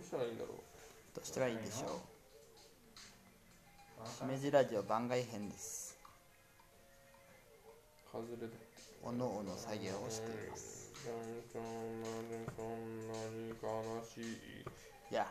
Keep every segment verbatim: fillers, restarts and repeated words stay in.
したらいいんだろう。 どうしたらいいでしょう。しめじラジオ番外編です。 外れだ。 おのおの作業をしています。 そんなにそんなに悲しい。 いや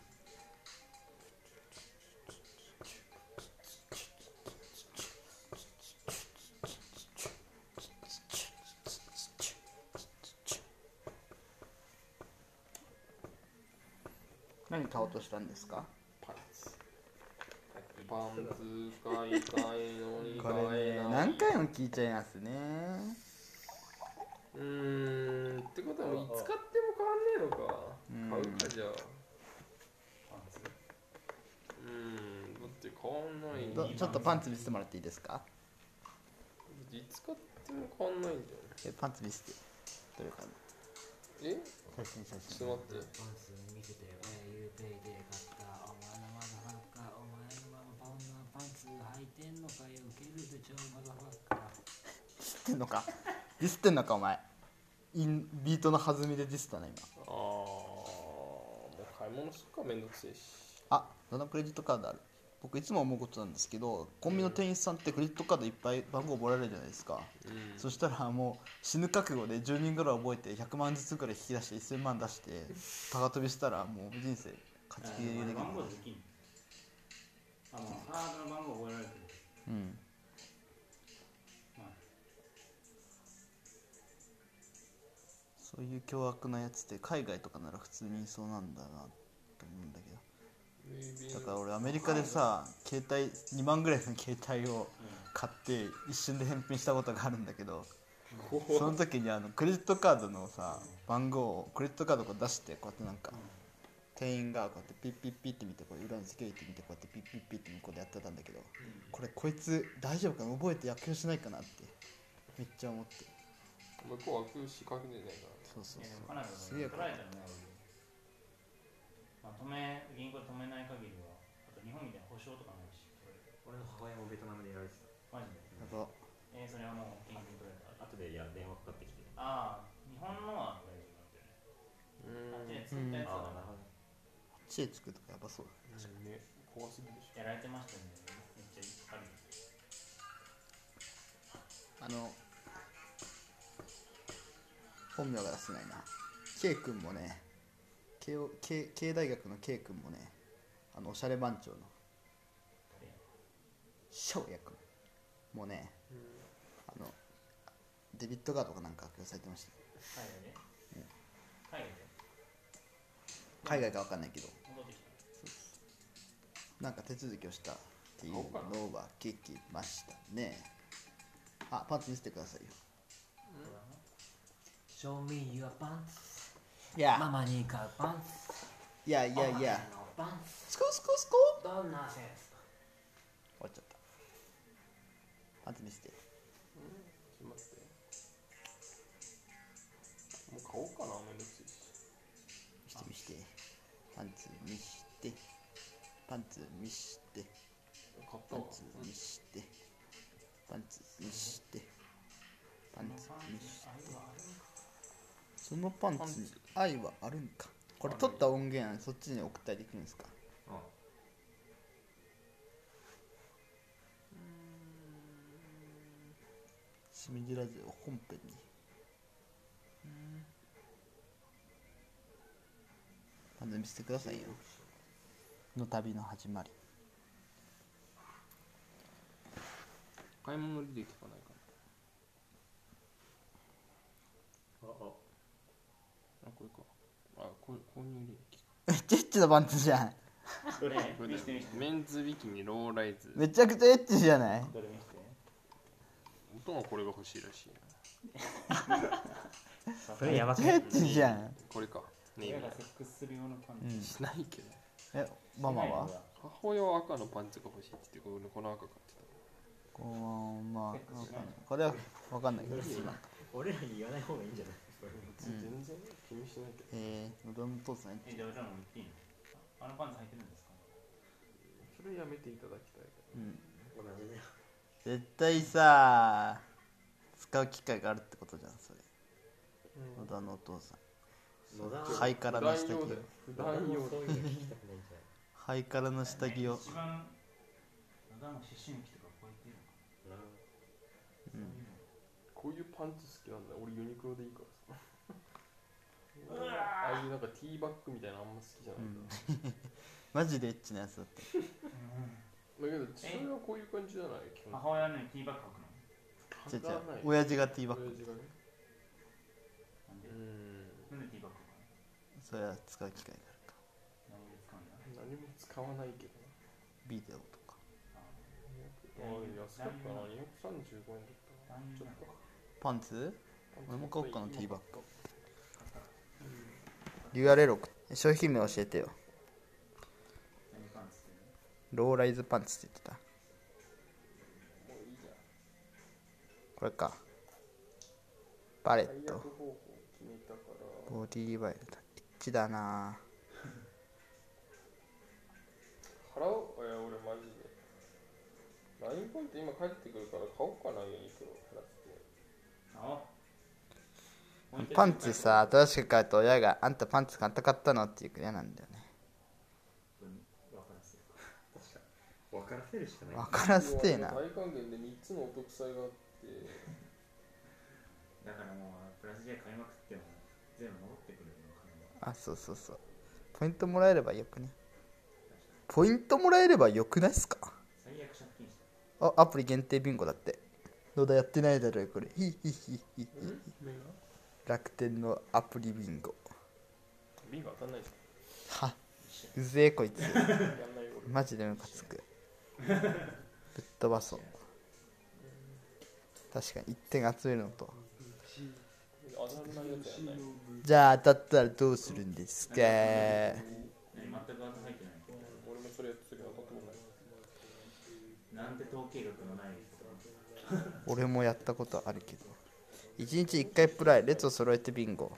何買おうとしたんですか？ パンツ。パンツ買いたいのにこ買えない。 れね何回も聞いちゃいますね。 うーんってことはもういつ買っても変わんねえのか。買うかじゃあ。 パンツうーんだって変わんないんだ。 どちょっとパンツ見せてもらっていいですか？ いつ買っても変わんないんだよね。 えパンツ見せて。どれかな。 え写真写真。 ちょっと待って。 パンツ見せてよ。ユーペイで買ったお前のマザファッカー。お前のママこんなパンツ履いてんのかよ。ウケるでちょマザファッカー。 知ってんのかディスってんのかお前。インビートの弾みでディスったな今。 あーもう買い物すっかめんどくせえし。 あ、どのクレジットカードある？僕いつも思うことなんですけど、コンビニの店員さんってクレジットカードいっぱい番号覚えられるじゃないですか、 うん、 そしたらもう死ぬ覚悟でじゅうにんぐらい覚えてひゃくまんずつぐらい引き出してせんまん出して高飛びしたらもう人生勝ち切りできる。 番号できんの？あのカードの番号覚えられてる。 うん、そういう凶悪なやつって海外とかなら普通にいそうなんだなと思うんだけど、だから俺アメリカでさ携帯にまんぐらいの携帯を買って一瞬で返品したことがあるんだけど、その時にあのクレジットカードのさ番号をクレジットカードを出してこうやってなんか店員がこうやってピッピッピッって見てこう裏にセキュリティ見てこうやってピッピッピッって向こうでやってたんだけど、これこいつ大丈夫かな覚えて悪用しないかなってめっちゃ思って。 向こうは空仕掛けてないから。 そうそうそうカナダですげえ取られたらね、まあ、止め銀行で止めない限りは、あと日本みたいな保証とかないし。 俺の母親もベトナムでやられてた。 マジで。 やば。 えー、それはもう金品取られた。 後でいや電話かかってきて。 ああ、日本のは大丈夫なんだよね。あっちで作ったやつはああなるほど。 知恵つくとかやばそうだね。 確かにね、怖すぎるでしょ。 やられてましたね。めっちゃある。 あの本名が出せないな。K 君もね、慶応 K, K 大学の K 君もね、あのおしゃれ番長の翔也君もね、 うん、 あのデビットカードかなんか悪用されてました。 海外で、うん、海外で海外か分かんないけど戻ってきた。なんか手続きをしたっていうのは聞きましたね。あ、パンツ見せてくださいよ。 Show me your pants。 いやママに買うパンツ。 いやいやいやパンツスコスコスコどんなセンス。 終わっちゃった。パンツ見せて。 うん、ちょっと待って。もう買おうかな、めんどくせえし。 見して見して。パンツ見して。パンツ見して。 買ったわ。 パンツ見して。パンツ見して。パンツ見して。そのパンツに愛はあるんか。これ取った音源そっちに送ったりできるんですか？ ああしめじラジオ本編にパンツ見せてくださいよ。の旅の始まり。 買い物履歴とかないかああな。あ、これか。あ、これ購入履歴か。 めっちゃエッチなパンツじゃん。 どれこれ見せて見せて。 メンズビキニローライズ。 めちゃくちゃエッチじゃない？ どれ見せて。 音はこれが欲しいらしい。 それやばくめっちゃエッチじゃん。 これか。ね、 親がセックスする用のパンツ。 うん。 しないけど。 え、ママは？ 母親は赤のパンツが欲しいって言ってこのこの赤買ってた。 こうまあわかんない。これはわかんないけど。 俺らに言わない方がいいんじゃない？ 全然気にしないけど。 えー、のどん父さん。 え、じゃあ俺らも言っていいの？あのパンツ履いてるんですか？ それやめていただきたいけど。 うん。 同じだよ。 絶対さ使う機会があるってことじゃんそれ。 うん、 野田のお父さん。 野田はハイカラの下着を普段用だよ。 そういうの聞きたくないんじゃないハイカラの下着を、 一番野田の思春期とか超えてるのかなうん、 こういうパンツ好きなんだ。俺ユニクロでいいからさ。ああいうなんかティーバッグみたいなのあんま好きじゃないから。 マジでエッチなやつだった。 だけど父親はこういう感じじゃない基本。 母親のティーバッグ履くのじゃじゃ履かない親父がティーバッグ、 親父がね。 なんでうん。 なんでティーバッグかそれは使う機会があるか何で使うんだ何も使わないけどな。 ビデオとか。 あ安かったな。にひゃくさんじゅうごえんだったな。ちょっとか。 パンツ俺も買おうかな、ティーバッグ。 グユーアールエル 送って商品名教えてよ。 何パンツってローライズパンツって言ってた。 もういいじゃん。 これか。バレット解約方法決めたから。 ボディーワイルドエッチだな。 払おう。いや俺マジで。ラインポイント今帰ってくるから買おうかな、ユニクロ減らして。 あパンツさ、新しく買うと親があんたパンツ買ったかったのって言うから嫌なんだよね。 分からせる確かに分からせるしかないわからせてえな。 大還元でみっつのお得祭があって。 だからもうプラス J 買いまくっても全部戻ってくるのかな。 あ、そうそうそう。ポイントもらえればよくね。ポイントもらえればよくないっすか。 最悪借金したあ、アプリ限定ビンゴだって。どうだやってないだろうこれ。ヒヒヒヒヒ。楽天のアプリビンゴ。 ビンゴ当たんないじは、うぜえこいつ。 ゃん。やんないよ俺。 マジでムカつく。ぶっ飛ばそう。確かにいってん集めるのと。 当たんないやつやんない。 じゃあ当たったらどうするんですか。 何全く当て入ってない俺もそれやってるけど当たったことない。 なんて統計学のない人俺もやったことあるけど。いちにちいっかいプライ、列を揃えてビンゴ。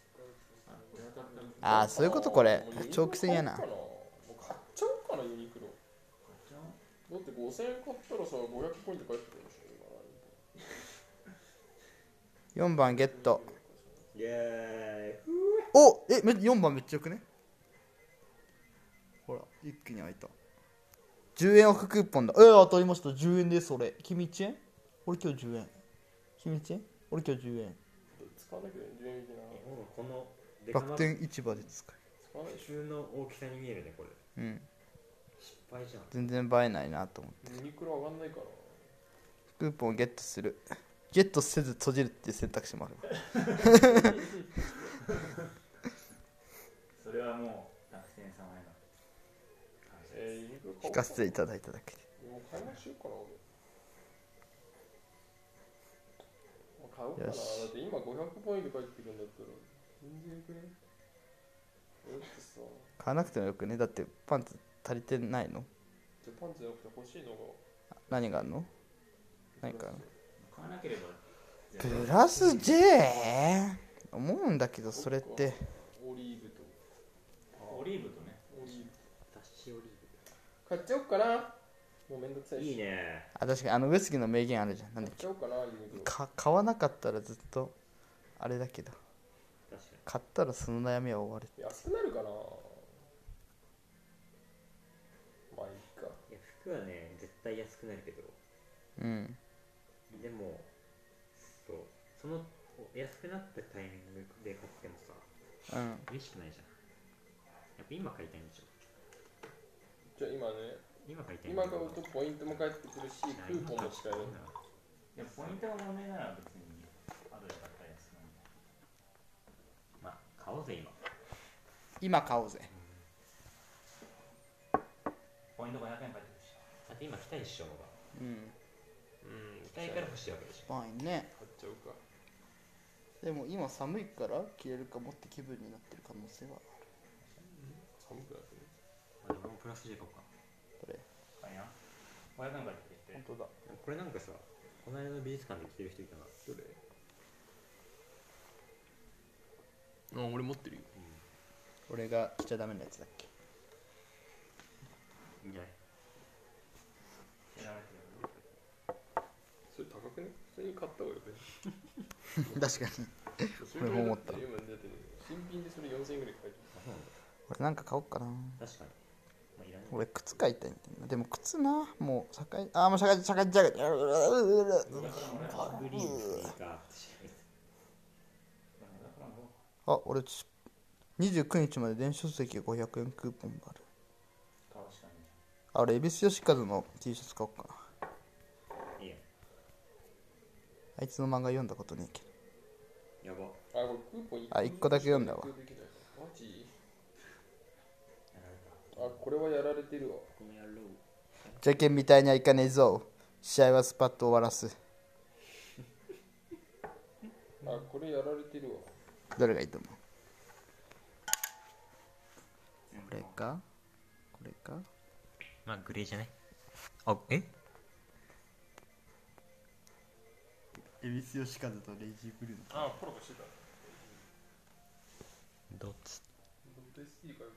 ああ、そういうことこれ。長期戦やな。 もう買っちゃおうかな、ユニクロ。だってごせんえん買ったらさ、ごひゃくポイント返ってくるでしょ。 よんばんゲット。 イエーイおえ、めよんばんめっちゃよくね。ほら、一気に開いた。じゅうえんオフクーポンだ。えー、当たりました。じゅうえんです、それ。君いちえん俺今日じゅうえん。君いちえん俺今日じゅうえん。 使わなきゃじゅうえん引きな。 えもうこのデカマ楽天市場で使使わない普通の大きさに見えるねこれえ。うん。 失敗じゃん全然映えないなと思って。 ユニクロ上がんないから。 クーポンをゲットする。ゲットせず閉じるっていう選択肢もあるわ。 それはもう楽天様へのえー、ユニクロ買おう聞かせていただいただけで。 もう買いましょうかな、俺。もう買おうかな。だよしって今ごひゃくポイント返ってくるんだったら、全然よくね。だってさ、 買わなくてもよくね。だってパンツ足りてないの。 じゃあパンツじゃなくて欲しいのが。 何があるの。何かあるの。 買わなければプラス ジェー 思うんだけどそれってオリーブと。 オリーブとねオリーブ。 脱脂オリー買っちゃおうかな。もうめんどくさいし。 ブいいねあ、確かにあの上杉の名言あるじゃん。なんだっけ。 買っちゃおうかな、ユニクロ。 か買わなかったらずっとあれだけど、 確か買ったらその悩みは終わる。 安くなるかな。まあいいか。 にいや服はね絶対安くなるけどうんでもそうその安くなったタイミングで買ってもさうん嬉しくないじゃんやっぱ今買いたいんでしょじゃあ今ね、 今買いたいん今だけど買うとポイントも返ってくるし、クーポンも使える。 いやポイントが問題なら別に後で買ったやつなんでまあ買おうぜ今今買おうぜ。 ポイントごひゃくえん返ってくるしだって今来たいっしょのがうんうん、 来たいから欲しいわけでしょファインね。 買っちゃうか。 でも今寒いから着れるかもって気分になってる可能性は寒くなってる。 あでもプラス J 買おうかこれ。 買いなごひゃくえん返ってきて本当だ。 これなんかさこの間の美術館で着てる人いたなどれ？あ、俺持ってるよ。 俺が着ちゃダメなやつだっけ。 いいんじゃない知らないけどそれ高くね？普通に買った方がよくね。 確かに。 それ俺も思った今だって新品でそれよんせんえんぐらい買える。 あ、そうなんだ。 俺なんか買おうかな。 確かに。まあ、いらない。 俺靴買いたいんだよな。でも靴な、もう社会、あーもう社会、社会、社会、 グリーンいいか。 あ、俺ちにじゅうくにちまで電子書籍ごひゃくえんクーポンがある。 買うしかねあ、俺恵比寿吉和の T シャツ買おうかな。 いいよ。 あいつの漫画読んだことねえけど。 やば。 あ、これクーポンあ一個だけ読んだわマジあ、これはやられてるわ。 この野郎。 じゃけんみたいにはいかねえぞ。試合はスパッと終わらす。 あ、これやられてるわ。 どれがいいと思う？これかこれかまあ、グレーじゃない？あ、え恵比寿吉和とレイジーブルーのあ、コラボしてた。 どっちドット エスディー かよ。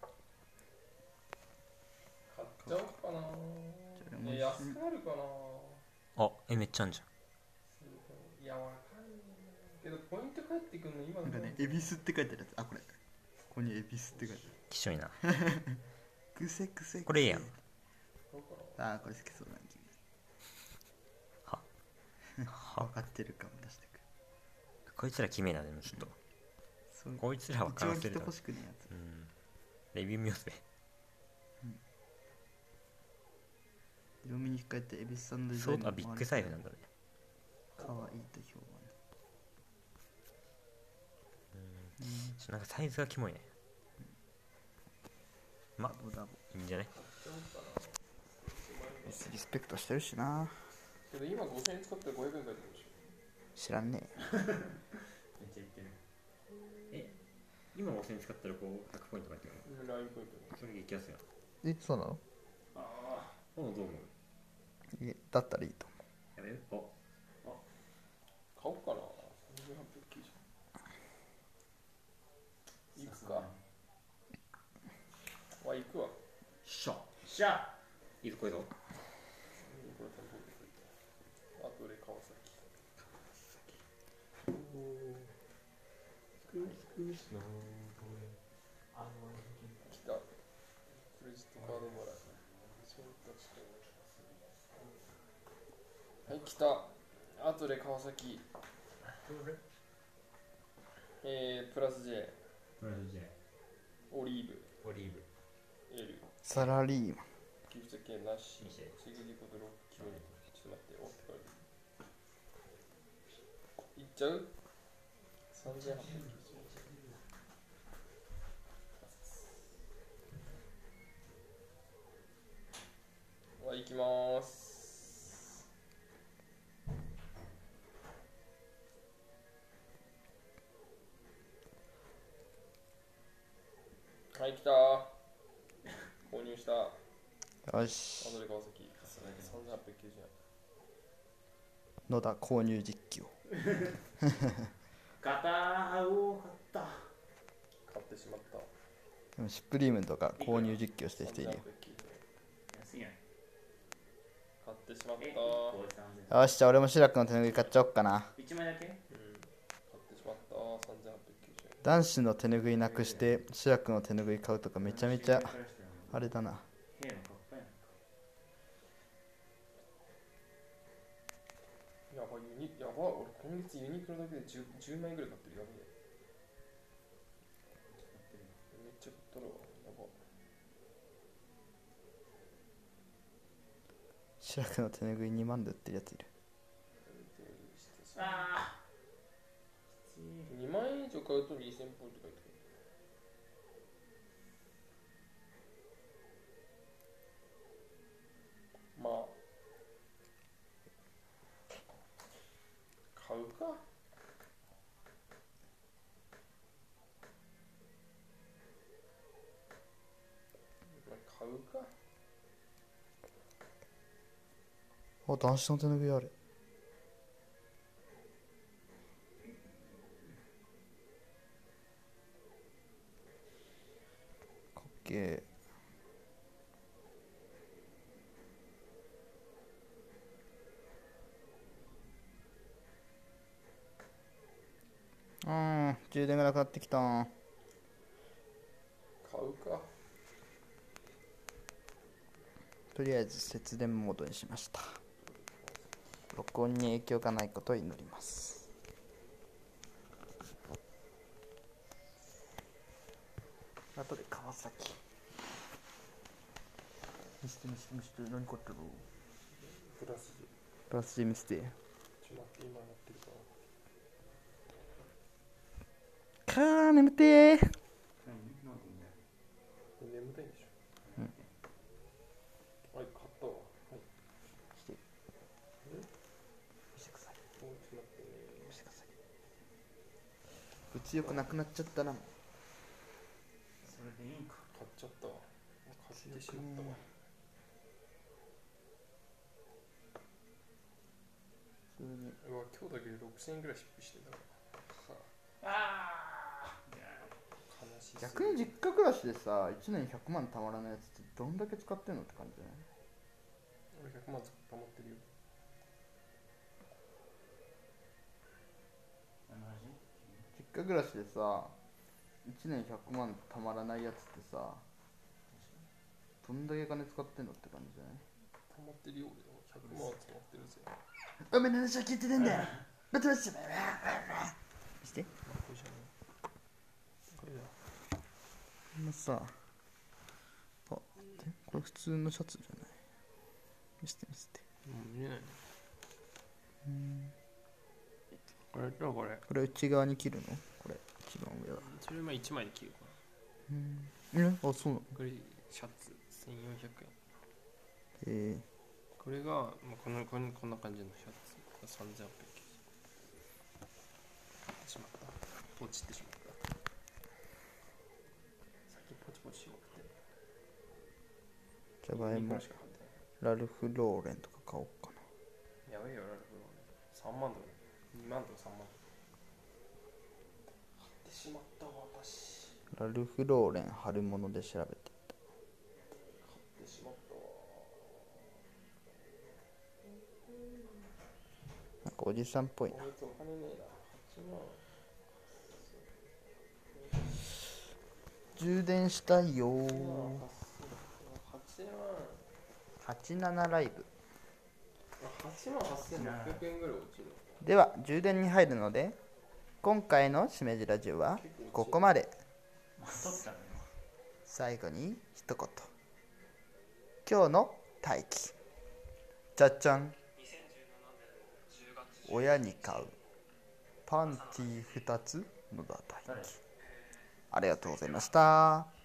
買っちゃおうかな。え、安くなるかな。 あ、え、めっちゃあんじゃん。 いや、わかんないけど、ポイント返ってくるの今のなんかね、恵比寿って書いてあるやつ。あ、これここに恵比寿って書いてきしょいな。 ある。くせくせくせ。 これいいやん。 買おうかな。 あー、これ好きそうな君。 は分かってるかも出してくる。 こいつら決めな、でもちょっと。 そうこいつらは一からせるだろ番着てほしくねえやつ。 うん。レビュー見ようぜ。 色味に控えて恵比寿さんのデザインそう、あ、ビッグサイズなんだね。 かわいいと評判。 ちょっとなんかサイズがキモいね。ま、 ダボダボ。 いいんじゃない？ リスペクトしてるしな。 けど今ごせんえん使ったらごひゃくえん返ってくるでし知らんねえ。 めっちゃ言ってる。え、今ごせんえん使ったらこうひゃくポイント返ってくるょ。ラインポイントの？それ激安やん。 え、そうなの？ ああ。ほんどう思う？ え、だったらいいとやめる？あ、 買おうかな。さんぜんはっぴゃくきゅうじゅうえん。いくか。わ、いくわ。 しゃしゃいいぞ、こいぞ。 これ多分あとで川崎。来た。クレジットカードもらい。はい、来た。あとで川崎。えー、プラス J。 プラス J。 オリーブ。 オリーブ。 L。 サラリーマン。 寄付先なし。 見せてシグリコとロッキー。ちょっと待って、おってからいっちゃう ?さんぜんはっぴゃくきゅうじゅうえん。はい、行きまーす。はい、来たー。購入した。 よし。 後で川崎。さんぜんはっぴゃくきゅうじゅうえん。 野田購入実況。 ガターを買った。 買ってしまった。 でもシュプリームとか購入実況してる人いるよ。 安いやん。 買ってしまったえ、 ー。 よし、じゃあ俺もシラクの手拭い買っちゃおっかな。 いちまいだけ？ うん。買ってしまったー。さんぜんはっぴゃくきゅうじゅうえん。 男子の手拭いなくしてシラクの手拭い買うとかめちゃめちゃあれだな。 兵のカッパやんか。 やばい、ユニ、やばい、俺今月ユニクロだけで 10, 10枚ぐらい買ってる。やばい。めっちゃ買ったらわ。やば。 シラクの手拭いにまんで売ってるやついる。 あにまんえん以上買うとにせんポイント返ってくる。まあ買うか。まあ買うか。 あ、男子の手拭いある。かっけえ。うん、 充電がなくなってきたん。 買うか。 とりあえず節電モードにしました。録音に影響がないことを祈ります。あとで川崎見せて見せて見せて。何買ったの？ プラスで。 プラスで見せて。 ちょっと待って、今やってるかかー眠てー。 ら。眠たいんでしょ。 うん。 はい、買ったわ。はい。 してえ？ 見せてください。 もうちょっと待ってね。 見せてください。物欲なくなっちゃったな。 それでいいんか。 買っちゃったわ。買ってしまったわ。 普通にうわ、今日だけでろくせんえんぐらい出費してんだから。はあああ、悲しい。 逆に実家暮らしでさいちねんひゃくまんたまらないやつってどんだけ使ってんのって感じじゃない？ 俺ひゃくまん貯まってるよ。 何の話？ 実家暮らしでさいちねんひゃくまんたまらないやつってさどんだけ金使ってんのって感じじゃない？ 溜まってるよ、俺。ひゃくまん溜まってるぜ。 お前何しゃ聞いてねえんだよ。待って待ってして。 これじゃない。これだ。 こんなさ、あ、待って、これ普通のシャツじゃない。見せて見せて。 もう見えないね。 うん。 これとこれ。 これ内側に切るの？これ一番上は。 それはいちまいで切るかうん。え、あ、そうなの？ な。これシャツせんよんひゃくえん。 えこれが、まあ、このこのこんな感じのシャツがさんぜんはっぴゃくえん。買ってしまった。ポチってしまった。さっきポチポチしようって。 ー、じゃがいもいくらしか買ってない。 ラルフローレンとか買おうかな。 やべえよ、ラルフローレン。さんまんとかにまんとかさんまん。買ってしまったわ、私。 ラルフローレン春物で調べていった。 買ってしまったわ。 なんかおじさんっぽいな。 こいつお金ねえな。はちまん。 充電したいよー。 はちまん。 はちじゅうななライブ。 はちまんはっせんろっぴゃくえんぐらい落ちる。 では充電に入るので今回のしめじラジオはここまで。 取ったのよ。 最後に一言。今日の待機。じゃっちゃん。親に買うパンティーふたつ野田大輝。ありがとうございました。